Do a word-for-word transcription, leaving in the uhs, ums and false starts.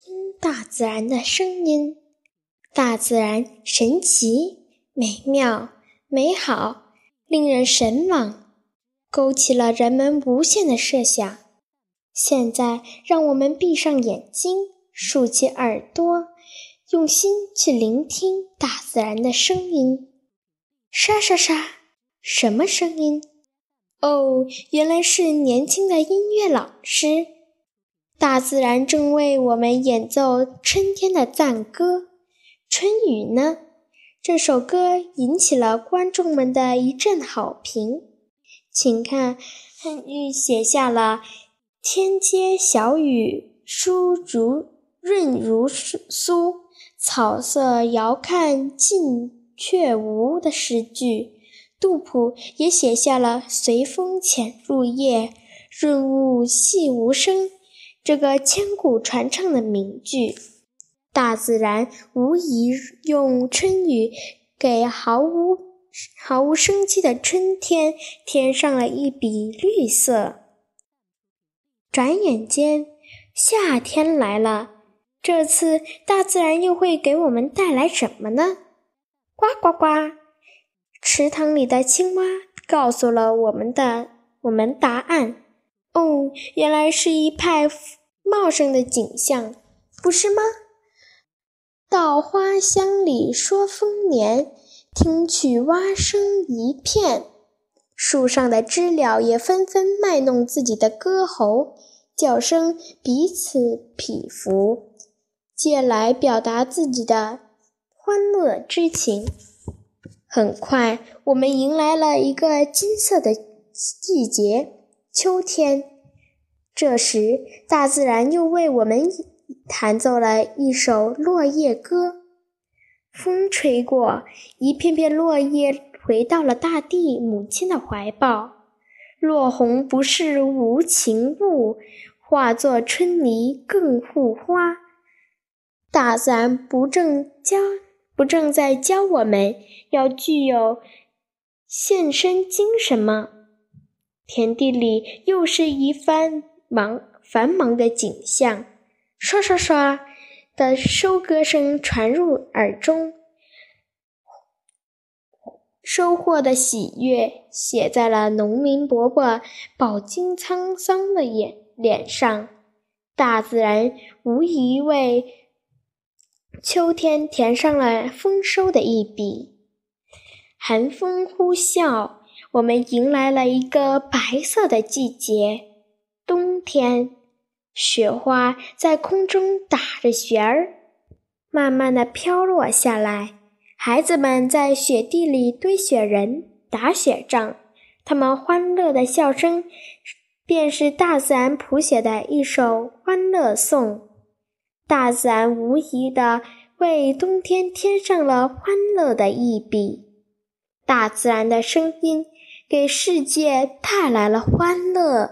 听大自然的声音。大自然神奇、美妙、美好，令人神往，勾起了人们无限的设想。现在，让我们闭上眼睛，竖起耳朵，用心去聆听大自然的声音。沙沙沙，什么声音？哦，原来是年轻的音乐老师。大自然正为我们演奏春天的赞歌。春雨呢？这首歌引起了观众们的一阵好评。请看，汉玉写下了天街小雨疏如润如酥，草色遥看近却无的诗句。杜甫也写下了随风潜入夜，润物细无声，这个千古传唱的名句。大自然无疑用春雨给毫无毫无生机的春天添上了一笔绿色。转眼间，夏天来了，这次大自然又会给我们带来什么呢？呱呱呱！池塘里的青蛙告诉了我们的我们答案。哦，原来是一派茂盛的景象，不是吗？稻花香里说丰年，听取蛙声一片。树上的知了也纷纷卖弄自己的歌喉，叫声彼此匹夫，借来表达自己的欢乐之情。很快，我们迎来了一个金色的季节——秋天。这时，大自然又为我们弹奏了一首落叶歌。风吹过，一片片落叶回到了大地母亲的怀抱。落红不是无情物，化作春泥更护花。大自然不正教不正在教我们要具有献身精神吗？田地里又是一番忙繁忙的景象，刷刷刷的收割声传入耳中，收获的喜悦写在了农民伯伯饱经沧桑的眼脸上。大自然无疑为秋天填上了丰收的一笔。寒风呼啸，我们迎来了一个白色的季节——冬天。雪花在空中打着旋儿，慢慢地飘落下来。孩子们在雪地里堆雪人、打雪仗，他们欢乐的笑声便是大自然谱写的一首欢乐颂。大自然无疑地为冬天添上了欢乐的一笔。大自然的声音给世界带来了欢乐。